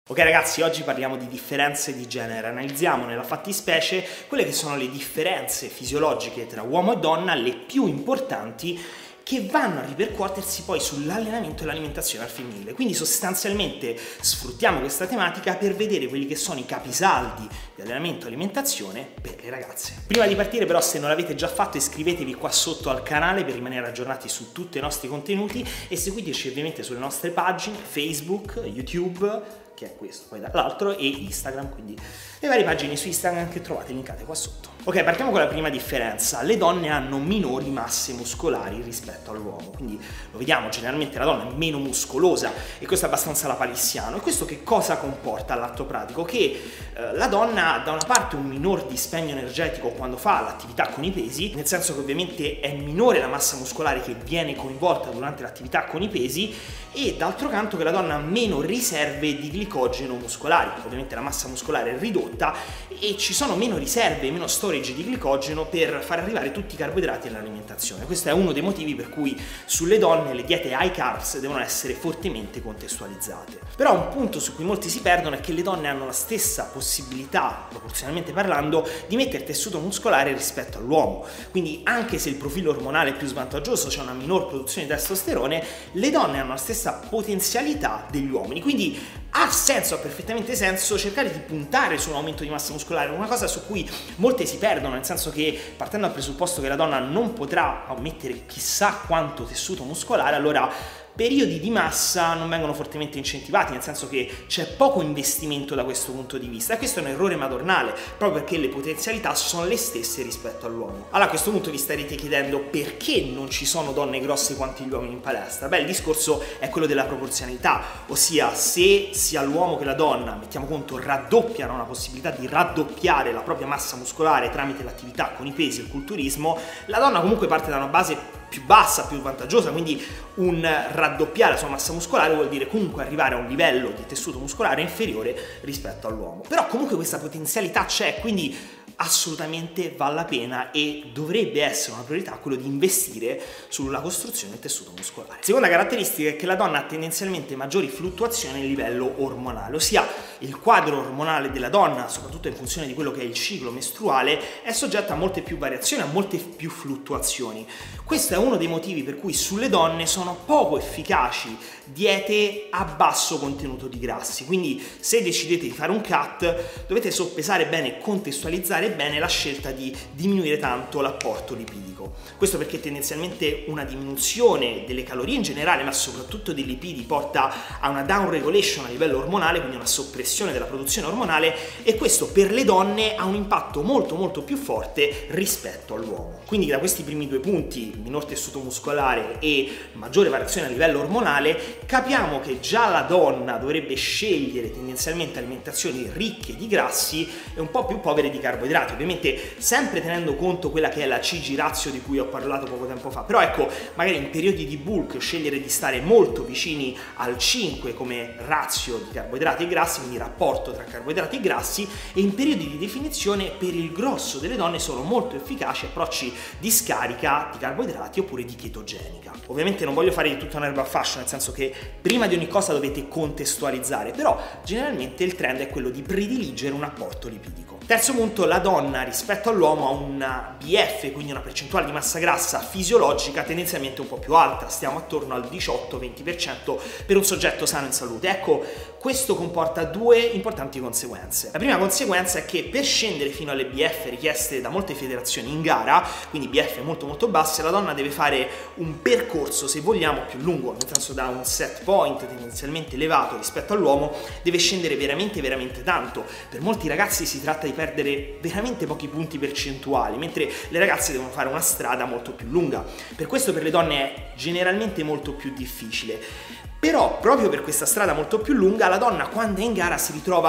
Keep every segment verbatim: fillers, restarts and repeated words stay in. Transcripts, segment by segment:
Ok ragazzi, oggi parliamo di differenze di genere, analizziamo nella fattispecie quelle che sono le differenze fisiologiche tra uomo e donna, le più importanti, che vanno a ripercuotersi poi sull'allenamento e l'alimentazione al femminile. Quindi sostanzialmente sfruttiamo questa tematica per vedere quelli che sono i capisaldi di allenamento e alimentazione per le ragazze. Prima di partire però, se non l'avete già fatto, iscrivetevi qua sotto al canale per rimanere aggiornati su tutti i nostri contenuti e seguiteci ovviamente sulle nostre pagine Facebook, YouTube, che è questo poi dall'altro, e Instagram, quindi le varie pagine su Instagram che trovate linkate qua sotto. Ok, partiamo con la prima differenza. Le donne hanno minori masse muscolari rispetto all'uomo, quindi lo vediamo, generalmente la donna è meno muscolosa e questo è abbastanza lapalissiano. E questo che cosa comporta all'atto pratico? Che eh, la donna ha da una parte un minor dispendio energetico quando fa l'attività con i pesi, nel senso che ovviamente è minore la massa muscolare che viene coinvolta durante l'attività con i pesi, e d'altro canto che la donna ha meno riserve di glicogeno muscolari, ovviamente la massa muscolare è ridotta e ci sono meno riserve, meno storage di glicogeno per far arrivare tutti i carboidrati all'alimentazione. Questo è uno dei motivi per cui sulle donne le diete high carbs devono essere fortemente contestualizzate. Però un punto su cui molti si perdono è che le donne hanno la stessa possibilità, proporzionalmente parlando, di mettere tessuto muscolare rispetto all'uomo. Quindi anche se il profilo ormonale è più svantaggioso, c'è una minor produzione di testosterone, le donne hanno la stessa potenzialità degli uomini. Quindi ha senso, ha perfettamente senso cercare di puntare su un aumento di massa muscolare, una cosa su cui molte si perdono, nel senso che partendo dal presupposto che la donna non potrà mettere chissà quanto tessuto muscolare, allora periodi di massa non vengono fortemente incentivati, nel senso che c'è poco investimento da questo punto di vista, e questo è un errore madornale, proprio perché le potenzialità sono le stesse rispetto all'uomo. Allora a questo punto vi starete chiedendo perché non ci sono donne grosse quanti gli uomini in palestra? Beh, il discorso è quello della proporzionalità, ossia se sia l'uomo che la donna, mettiamo conto, raddoppiano la possibilità di raddoppiare la propria massa muscolare tramite l'attività con i pesi e il culturismo, la donna comunque parte da una base più bassa, più vantaggiosa, quindi un raddoppiare la sua massa muscolare vuol dire comunque arrivare a un livello di tessuto muscolare inferiore rispetto all'uomo. Però comunque questa potenzialità c'è, quindi assolutamente vale la pena e dovrebbe essere una priorità quello di investire sulla costruzione del tessuto muscolare. Seconda caratteristica è che la donna ha tendenzialmente maggiori fluttuazioni a livello ormonale, ossia il quadro ormonale della donna, soprattutto in funzione di quello che è il ciclo mestruale, è soggetto a molte più variazioni, a molte più fluttuazioni. Questo è uno dei motivi per cui sulle donne sono poco efficaci diete a basso contenuto di grassi, quindi se decidete di fare un cut dovete soppesare bene e contestualizzare bene la scelta di diminuire tanto l'apporto lipidico. Questo perché tendenzialmente una diminuzione delle calorie in generale, ma soprattutto dei lipidi, porta a una down regulation a livello ormonale, quindi una soppressione della produzione ormonale, e questo per le donne ha un impatto molto molto più forte rispetto all'uomo. Quindi da questi primi due punti, minor tessuto muscolare e maggiore variazione a livello ormonale, capiamo che già la donna dovrebbe scegliere tendenzialmente alimentazioni ricche di grassi e un po' più povere di carboidrati, ovviamente sempre tenendo conto quella che è la C G ratio di cui ho parlato poco tempo fa. Però ecco, magari in periodi di bulk scegliere di stare molto vicini al cinque come ratio di carboidrati e grassi, quindi rapporto tra carboidrati e grassi, e in periodi di definizione per il grosso delle donne sono molto efficaci approcci di scarica di carboidrati oppure di chetogenica. Ovviamente non voglio fare di tutta un'erba a fascio, nel senso che prima di ogni cosa dovete contestualizzare, però generalmente il trend è quello di prediligere un apporto lipidico. Terzo punto, la donna rispetto all'uomo ha una B F, quindi una percentuale di massa grassa fisiologica tendenzialmente un po' più alta, stiamo attorno al diciotto venti per cento per un soggetto sano in salute. Ecco, questo comporta due importanti conseguenze. La prima conseguenza è che per scendere fino alle B F richieste da molte federazioni in gara, quindi B F molto molto basse, la donna deve fare un percorso, se vogliamo, più lungo, nel senso da un set point tendenzialmente elevato rispetto all'uomo, deve scendere veramente veramente tanto. Per molti ragazzi si tratta di perdere veramente pochi punti percentuali, mentre le ragazze devono fare una strada molto più lunga. Per questo per le donne è generalmente molto più difficile. Però proprio per questa strada molto più lunga la donna quando è in gara si ritrova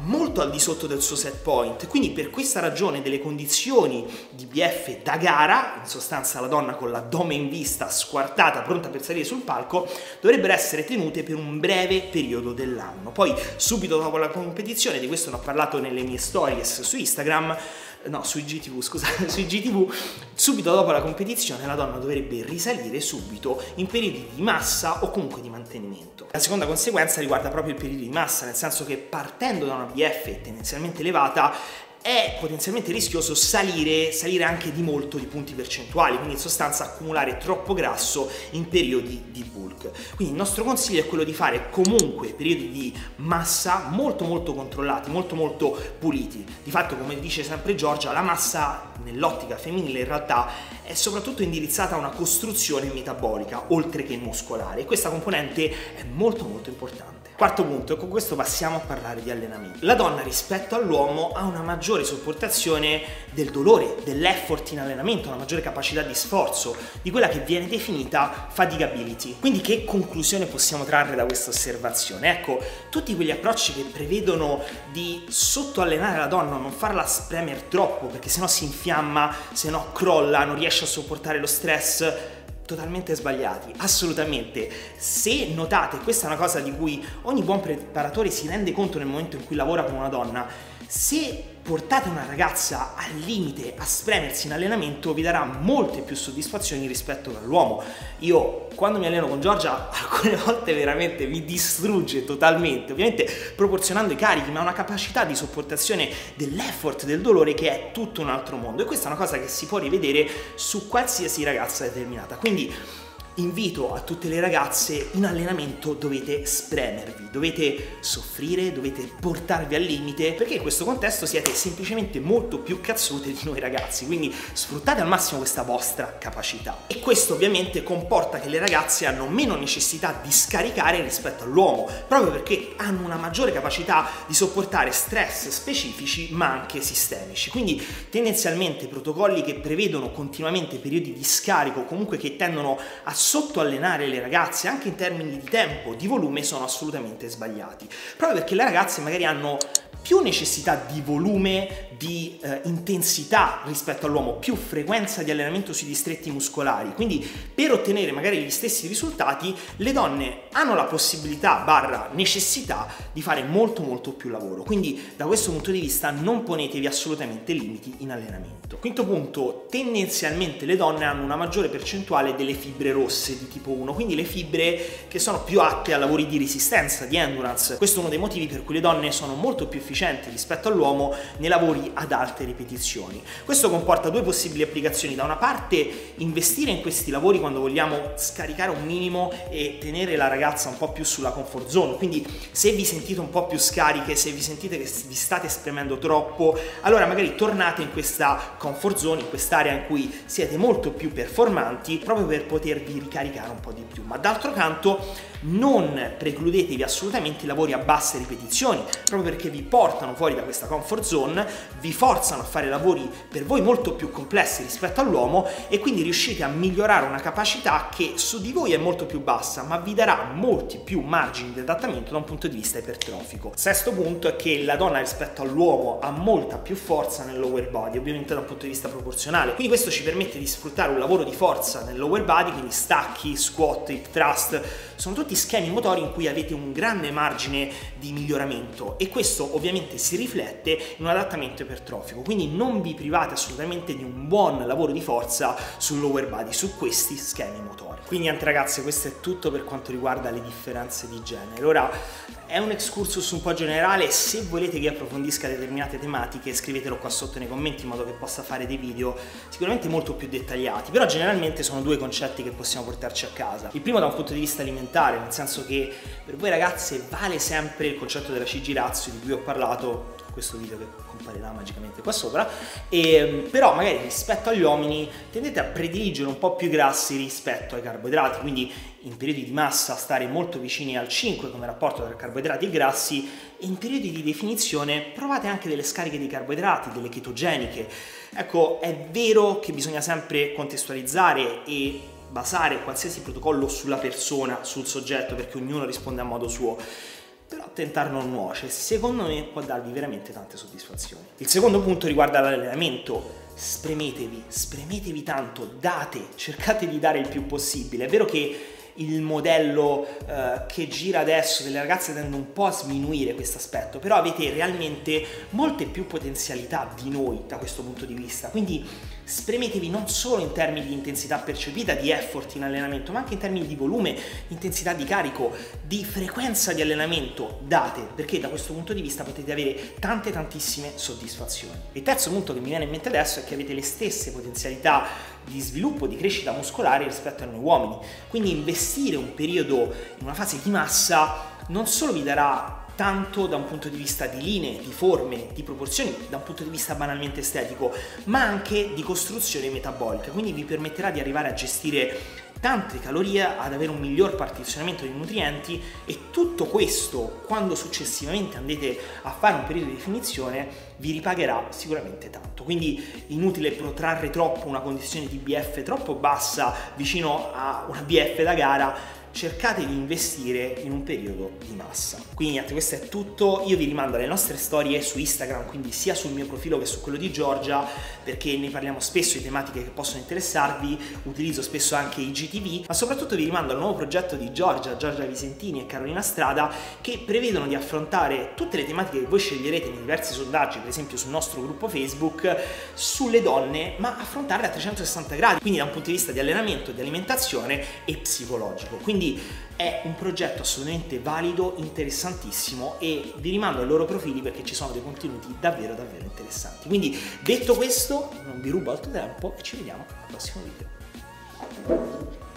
molto al di sotto del suo set point, quindi per questa ragione delle condizioni di B F da gara, in sostanza la donna con l'addome in vista, squartata, pronta per salire sul palco, dovrebbero essere tenute per un breve periodo dell'anno. Poi subito dopo la competizione, di questo ne ho parlato nelle mie stories su Instagram, no, sui G T V, scusate, sui G T V, subito dopo la competizione la donna dovrebbe risalire subito in periodi di massa o comunque di mantenimento. La seconda conseguenza riguarda proprio il periodo di massa, nel senso che partendo da una B F tendenzialmente elevata è potenzialmente rischioso salire, salire anche di molto di punti percentuali, quindi in sostanza accumulare troppo grasso in periodi di bulk. Quindi il nostro consiglio è quello di fare comunque periodi di massa molto molto controllati, molto molto puliti. Di fatto, come dice sempre Giorgia, la massa nell'ottica femminile in realtà è soprattutto indirizzata a una costruzione metabolica oltre che muscolare, e questa componente è molto molto importante. Quarto punto, e con questo passiamo a parlare di allenamento. La donna rispetto all'uomo ha una maggiore sopportazione del dolore, dell'effort in allenamento, una maggiore capacità di sforzo, di quella che viene definita fatigability. Quindi che conclusione possiamo trarre da questa osservazione? Ecco, tutti quegli approcci che prevedono di sottoallenare la donna, non farla spremere troppo perché sennò si infiamma, sennò crolla, non riesce a sopportare lo stress, totalmente sbagliati, assolutamente. Se notate, questa è una cosa di cui ogni buon preparatore si rende conto nel momento in cui lavora con una donna, se portate una ragazza al limite a spremersi in allenamento vi darà molte più soddisfazioni rispetto all'uomo. Io quando mi alleno con Giorgia alcune volte veramente mi distrugge totalmente, ovviamente proporzionando i carichi, ma una capacità di sopportazione dell'effort, del dolore che è tutto un altro mondo, e questa è una cosa che si può rivedere su qualsiasi ragazza determinata. Quindi invito a tutte le ragazze: in allenamento dovete spremervi, dovete soffrire, dovete portarvi al limite, perché in questo contesto siete semplicemente molto più cazzute di noi ragazzi, quindi sfruttate al massimo questa vostra capacità. E questo ovviamente comporta che le ragazze hanno meno necessità di scaricare rispetto all'uomo, proprio perché hanno una maggiore capacità di sopportare stress specifici ma anche sistemici. Quindi tendenzialmente protocolli che prevedono continuamente periodi di scarico, comunque che tendono a sottoallenare le ragazze anche in termini di tempo, di volume, sono assolutamente sbagliati, proprio perché le ragazze magari hanno più necessità di volume, di eh, intensità rispetto all'uomo, più frequenza di allenamento sui distretti muscolari. Quindi per ottenere magari gli stessi risultati le donne hanno la possibilità barra necessità di fare molto molto più lavoro. Quindi da questo punto di vista non ponetevi assolutamente limiti in allenamento. Quinto punto, tendenzialmente le donne hanno una maggiore percentuale delle fibre rosse di tipo uno, quindi le fibre che sono più atte a lavori di resistenza, di endurance. Questo è uno dei motivi per cui le donne sono molto più efficienti rispetto all'uomo nei lavori ad alte ripetizioni. Questo comporta due possibili applicazioni: da una parte investire in questi lavori quando vogliamo scaricare un minimo e tenere la ragazza un po' più sulla comfort zone, quindi se vi sentite un po' più scariche, se vi sentite che vi state spremendo troppo, allora magari tornate in questa comfort zone, in quest'area in cui siete molto più performanti, proprio per potervi ricaricare un po' di più. Ma d'altro canto non precludetevi assolutamente i lavori a basse ripetizioni, proprio perché vi portano fuori da questa comfort zone, vi forzano a fare lavori per voi molto più complessi rispetto all'uomo, e quindi riuscite a migliorare una capacità che su di voi è molto più bassa, ma vi darà molti più margini di adattamento da un punto di vista ipertrofico. Sesto punto è che la donna rispetto all'uomo ha molta più forza nel lower body, ovviamente da un punto di vista proporzionale, quindi questo ci permette di sfruttare un lavoro di forza nel lower body, quindi stacchi, squat, hip thrust, sono tutti schemi motori in cui avete un grande margine di miglioramento, e questo ovviamente si riflette in un adattamento ipertrofico. Quindi non vi private assolutamente di un buon lavoro di forza sul lower body, su questi schemi motori. Quindi niente ragazze, questo è tutto per quanto riguarda le differenze di genere. Ora è un excursus un po' generale, se volete che approfondisca determinate tematiche scrivetelo qua sotto nei commenti in modo che possa fare dei video sicuramente molto più dettagliati, però generalmente sono due concetti che possiamo portarci a casa. Il primo da un punto di vista alimentare, nel senso che per voi ragazze vale sempre il concetto della Shijiratsu di cui ho parlato in questo video che comparirà magicamente qua sopra, e però magari rispetto agli uomini tendete a prediligere un po' più grassi rispetto ai carboidrati, quindi in periodi di massa stare molto vicini al cinque come rapporto tra carboidrati e grassi, e in periodi di definizione provate anche delle scariche di carboidrati, delle ketogeniche. Ecco, è vero che bisogna sempre contestualizzare e basare qualsiasi protocollo sulla persona, sul soggetto, perché ognuno risponde a modo suo, però tentare non nuoce, secondo me può darvi veramente tante soddisfazioni. Il secondo punto riguarda l'allenamento. Spremetevi, spremetevi tanto, date, cercate di dare il più possibile. È vero che il modello eh, che gira adesso delle ragazze tende un po' a sminuire questo aspetto, però avete realmente molte più potenzialità di noi da questo punto di vista, quindi spremetevi non solo in termini di intensità percepita, di effort in allenamento, ma anche in termini di volume, intensità di carico, di frequenza di allenamento. Date, perché da questo punto di vista potete avere tante tantissime soddisfazioni. Il terzo punto che mi viene in mente adesso è che avete le stesse potenzialità di sviluppo, di crescita muscolare rispetto a noi uomini, quindi investire un periodo in una fase di massa non solo vi darà tanto da un punto di vista di linee, di forme, di proporzioni, da un punto di vista banalmente estetico, ma anche di costruzione metabolica, quindi vi permetterà di arrivare a gestire tante calorie, ad avere un miglior partizionamento dei nutrienti, e tutto questo, quando successivamente andrete a fare un periodo di definizione, vi ripagherà sicuramente tanto. Quindi inutile protrarre troppo una condizione di B F troppo bassa vicino a una B F da gara, cercate di investire in un periodo di massa. Quindi niente, questo è tutto. Io vi rimando alle nostre storie su Instagram, quindi sia sul mio profilo che su quello di Giorgia, perché ne parliamo spesso di tematiche che possono interessarvi, utilizzo spesso anche i G T V, ma soprattutto vi rimando al nuovo progetto di Giorgia, Giorgia Visentini e Carolina Strada, che prevedono di affrontare tutte le tematiche che voi sceglierete nei diversi sondaggi, per esempio sul nostro gruppo Facebook, sulle donne, ma affrontarle a trecentosessanta gradi, quindi da un punto di vista di allenamento, di alimentazione e psicologico. Quindi è un progetto assolutamente valido, interessantissimo, e vi rimando ai loro profili perché ci sono dei contenuti davvero davvero interessanti. Quindi detto questo, non vi rubo altro tempo e ci vediamo al prossimo video.